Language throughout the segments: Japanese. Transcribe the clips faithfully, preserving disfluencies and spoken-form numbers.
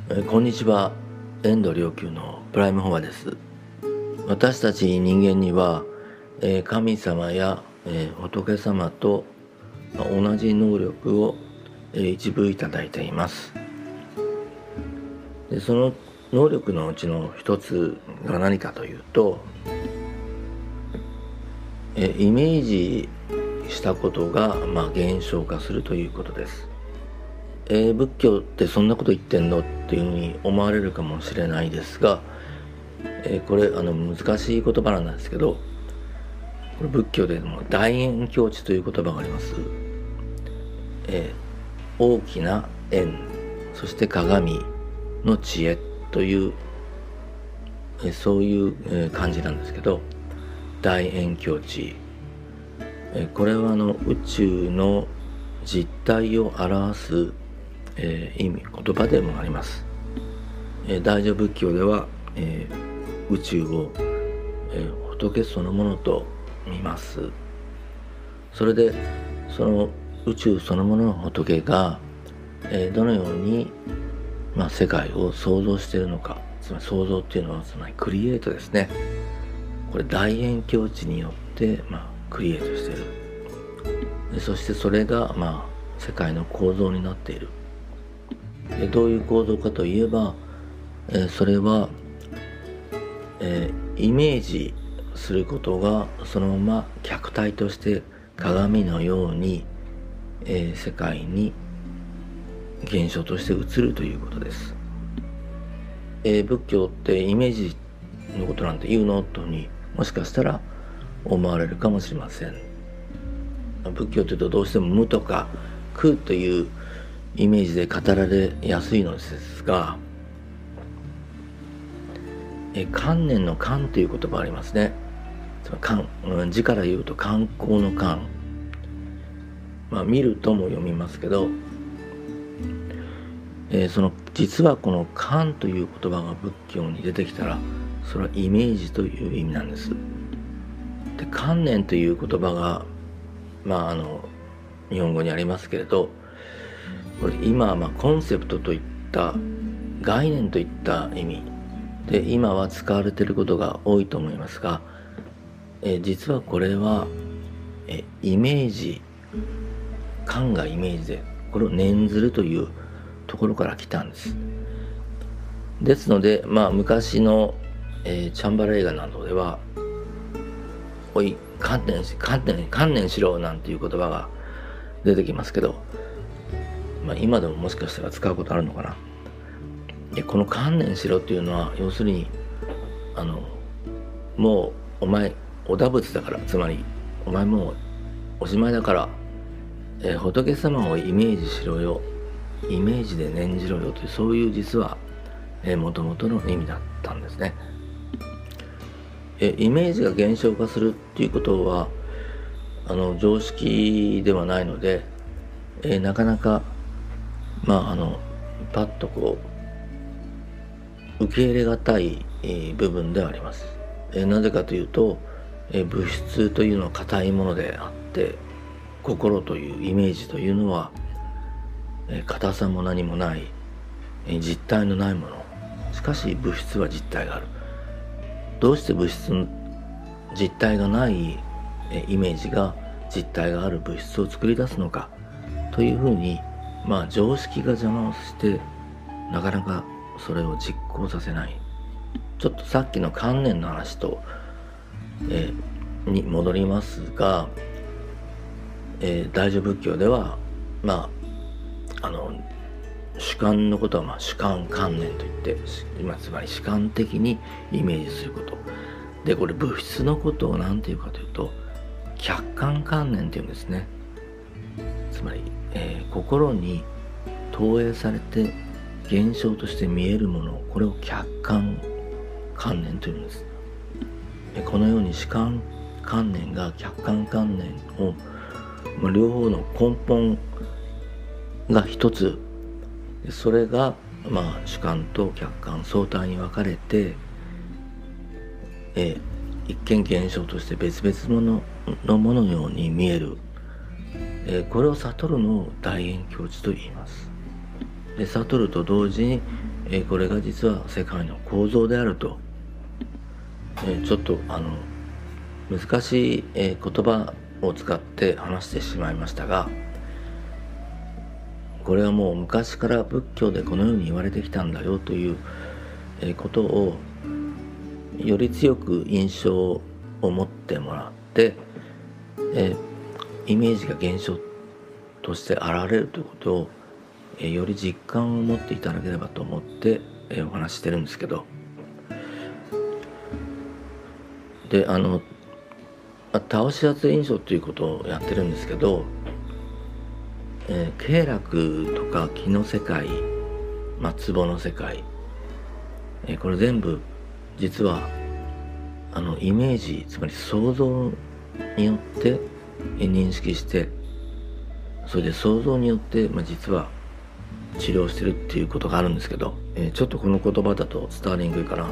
えーこんにちは。遠藤良久のプライムホマです。私たち人間には、えー神様や、えー仏様とまあ同じ能力を、えー一部いただいています。でその能力のうちの一つが何かというと、えーイメージしたことが、まあ、現象化するということです。えー仏教ってそんなこと言ってんのっていうふうに思われるかもしれないですが、えーこれあの難しい言葉なんですけど、これ仏教でも大圓鏡智という言葉があります。えー大きな円、そして鏡の知恵という、えーそういう、えー感じなんですけど、大圓鏡智、えーこれはあの宇宙の実体を表す、えー意味言葉でもあります。えー大乗仏教では、えー宇宙を、えー仏そのものと見ます。それでその宇宙そのものの仏が、えーどのように、まあ、世界を創造しているのか、つまり創造っていうのはつまりクリエイトですね。これ大圓鏡智によって、まあ、クリエイトしている。でそしてそれが、まあ、世界の構造になっている。でどういう構造かといえば、えーそれは、えーイメージすることがそのまま客体として鏡のように、えー世界に現象として映るということです。えー仏教ってイメージのことなんて言うのとにもしかしたら思われるかもしれません。仏教というとどうしても無とか空というイメージで語られやすいのですが、えー観念の観という言葉がありますね。その観、うん字から言うと観光の観、まあ見るとも読みますけど、えーその実はこの観という言葉が仏教に出てきたら、それはイメージという意味なんです。で観念という言葉がまああの日本語にありますけれど、これ今はまあコンセプトといった概念といった意味で今は使われていることが多いと思いますが、えー実はこれは、えーイメージ、観がイメージでこれを念ずるというところから来たんです。ですので、まあ昔の、えーチャンバラ映画などでは「おい観念し観念観念しろ」なんていう言葉が出てきますけど、まあ、今でももしかしたら使うことあるのかな。でこの観念しろっていうのは要するにあのもうお前お打仏だから、つまりお前もうおしまいだから、えー仏様をイメージしろよ、イメージで念じろよという、そういう実はもともとの意味だったんですね。えイメージが現象化するっていうことはあの常識ではないので、えなかなかまああのパッとこう受け入れがたい、えー部分ではあります。えなぜかというと、え物質というのは硬いものであって、心というイメージというのは、え硬さも何もない、え実体のないもの。しかし物質は実体がある。どうして物質の実体がないえイメージが実体がある物質を作り出すのかというふうに、まあ常識が邪魔をしてなかなかそれを実行させない。ちょっとさっきの観念の話と、えーに戻りますが、えー大乗仏教ではまああの主観のことは、まあ、主観観念といって、まあ、つまり主観的にイメージすることで、これ物質のことを何て言うかというと客観観念っていうんですね。つまり、えー心に投影されて現象として見えるもの、これを客観観念というんです。このように主観観念が客観観念を、まあ、両方の根本が一つ、それがまあ主観と客観相対に分かれて、えー、一見現象として別々ののもののように見える、えーこれを悟るのを大圓鏡智と言います。で悟ると同時に、 えー、これが実は世界の構造であると、えー、ちょっとあの難しい、えー、言葉を使って話してしまいましたが、これはもう昔から仏教でこのように言われてきたんだよという、えー、ことをより強く印象を持ってもらって、えー、イメージが現象として現れるということを、えー、より実感を持っていただければと思って、えー、お話ししてるんですけど、であの倒し圧印象ということをやってるんですけど、えー、経絡とか気の世界、まあ、壺の世界、えー、これ全部実はあのイメージ、つまり想像によって認識して、それで想像によって、まあ、実は治療してるっていうことがあるんですけど、えー、ちょっとこの言葉だと伝わりにくいかな。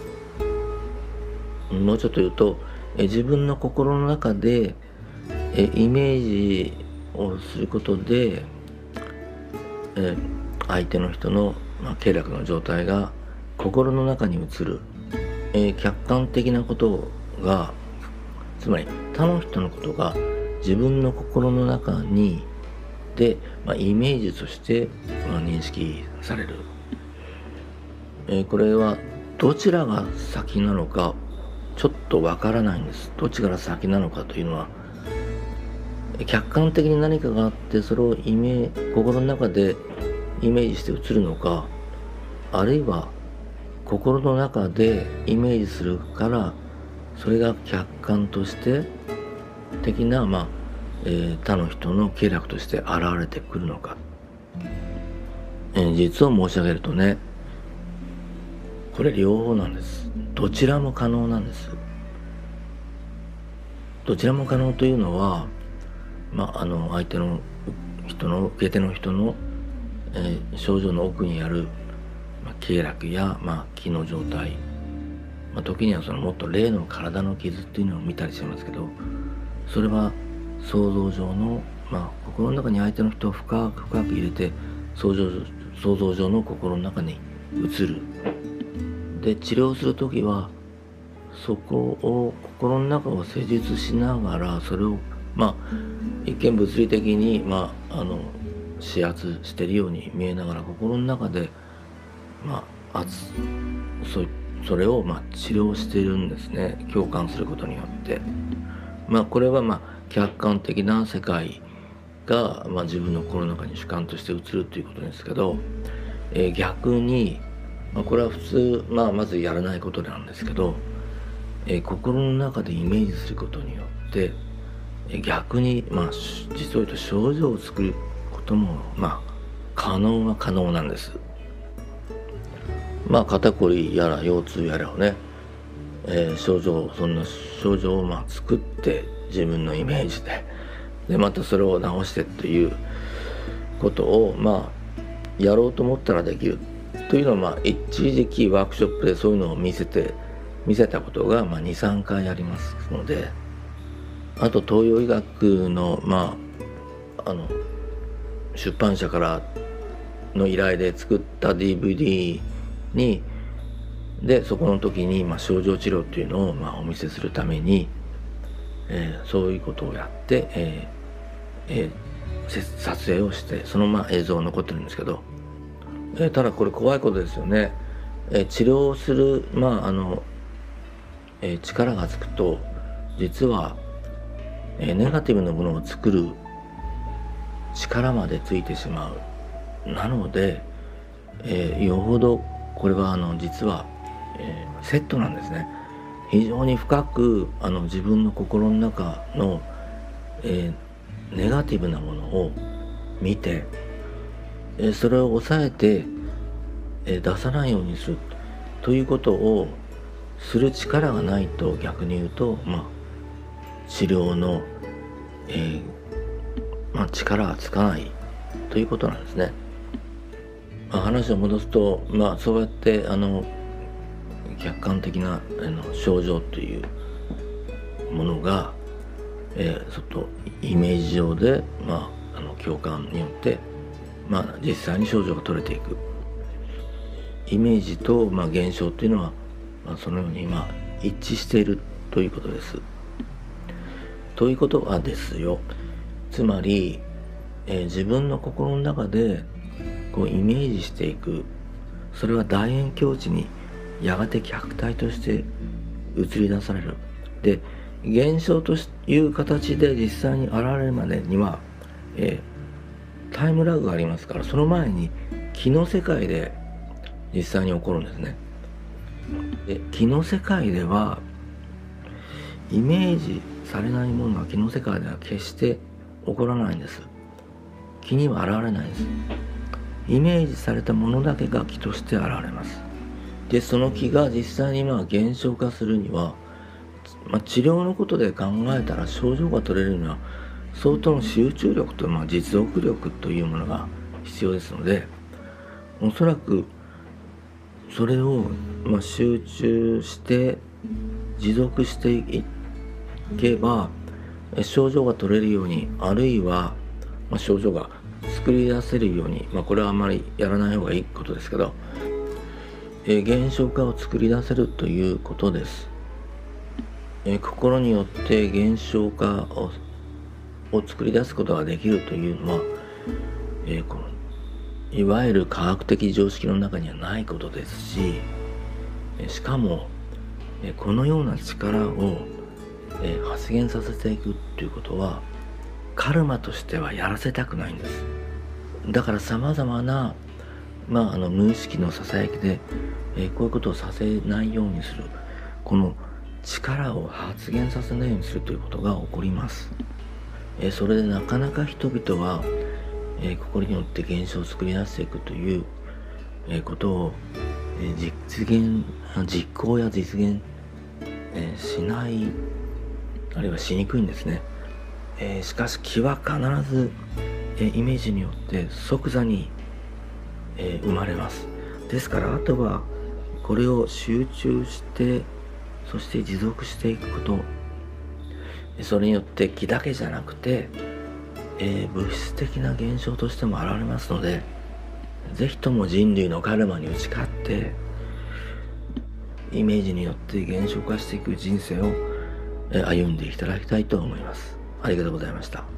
もうちょっと言うと、えー、自分の心の中で、えー、イメージをすることで、えー、相手の人の、まあ、経絡の状態が心の中に映る、えー、客観的なことが、つまり他の人のことが自分の心の中にで、まあ、イメージとして、まあ、認識される、えー、これはどちらが先なのかちょっとわからないんです。どちらが先なのかというのは、客観的に何かがあってそれをイメー心の中でイメージして映るのか、あるいは心の中でイメージするからそれが客観として的な、まあえー、他の人の経絡として現れてくるのか、えー、実を申し上げるとね、これ両方なんです。どちらも可能なんです。どちらも可能というのは、まあ、あの相手の人の受け手の人の、えー、症状の奥にある、まあ、経絡や、まあ、気の状態、まあ、時にはそのもっと霊の体の傷っていうのを見たりしますけど、それは想像上の、まあ、心の中に相手の人を深く深く入れて想像、想像上の心の中に移る。で治療するときはそこを心の中を施術しながら、それをまあ一見物理的に、まあ、あの指圧しているように見えながら心の中で、まあ、圧 そ, それをまあ治療しているんですね。共感することによって、まあ、これはまあ客観的な世界が、まあ、自分の心の中に主観として映るということですけど、えー、逆に、まあ、これは普通、まあ、まずやらないことなんですけど、えー、心の中でイメージすることによって、えー、逆に、まあ、実を言うと症状を作ることも、まあ、可能は可能なんです。まあ、肩こりやら腰痛やらをね、えー、症状そんな症状をまあ作って自分のイメージででまたそれを直してっていうことをまあやろうと思ったらできるというのは、まあ一時期ワークショップでそういうのを見せて見せたことがまあにさんかいありますので、あと東洋医学のまああの出版社からの依頼で作った ディーブイディー にでそこの時に、まあ、症状治療っていうのを、まあ、お見せするために、えー、そういうことをやって、えーえー、撮影をしてその、まあ、映像残ってるんですけど、えー、ただこれ怖いことですよね。えー、治療する、まああのえー、力がつくと実は、えー、ネガティブなものを作る力までついてしまう。なので、えー、よほどこれはあの実はえー、セットなんですね。非常に深くあの自分の心の中の、えー、ネガティブなものを見て、えー、それを抑えて、えー、出さないようにするということをする力がないと、逆に言うと、まあ、治療の、えーまあ、力がつかないということなんですね。まあ、話を戻すと、まあ、そうやってあの客観的なあの症状というものが、えー、ちょっとイメージ上で、まあ、あの共感によって、まあ、実際に症状が取れていく。 イメージと、まあ、現象というのは、まあ、そのように、まあ、一致しているということです。ということはですよ、つまり、えー、自分の心の中でこうイメージしていく、それは大円境地にやがて客体として映り出される。で、現象という形で実際に現れるまでには、えー、タイムラグがありますから、その前に気の世界で実際に起こるんですね。で、気の世界ではイメージされないものは気の世界では決して起こらないんです。気には現れないんです。イメージされたものだけが気として現れます。で、その気が実際にまあ現象化するには、まあ、治療のことで考えたら症状が取れるには相当の集中力と、まあ、持続力というものが必要ですので、おそらくそれをまあ集中して持続していけば症状が取れるように、あるいはまあ症状が作り出せるように、まあ、これはあんまりやらない方がいいことですけど、え現象化を作り出せるということです。え心によって現象化をを作り出すことができるというのは、えー、このいわゆる科学的常識の中にはないことですし、えしかも、えこのような力を、え発現させていくということはカルマとしてはやらせたくないんです。だからさまざまな、まあ、あの無意識のささやきで、えー、こういうことをさせないようにする、この力を発現させないようにするということが起こります。えー、それでなかなか人々は、えー、心によって現象を作り出していくという、えー、ことを、えー、実現実行や実現、えー、しない、あるいはしにくいんですね。えー、しかし気は必ず、えー、イメージによって即座に、えー、生まれます。ですからあとはこれを集中して、そして持続していくこと、それによって気だけじゃなくて、えー、物質的な現象としても現れますので、ぜひとも人類のカルマに打ち勝ってイメージによって現象化していく人生を、えー、歩んでいただきたいと思います。ありがとうございました。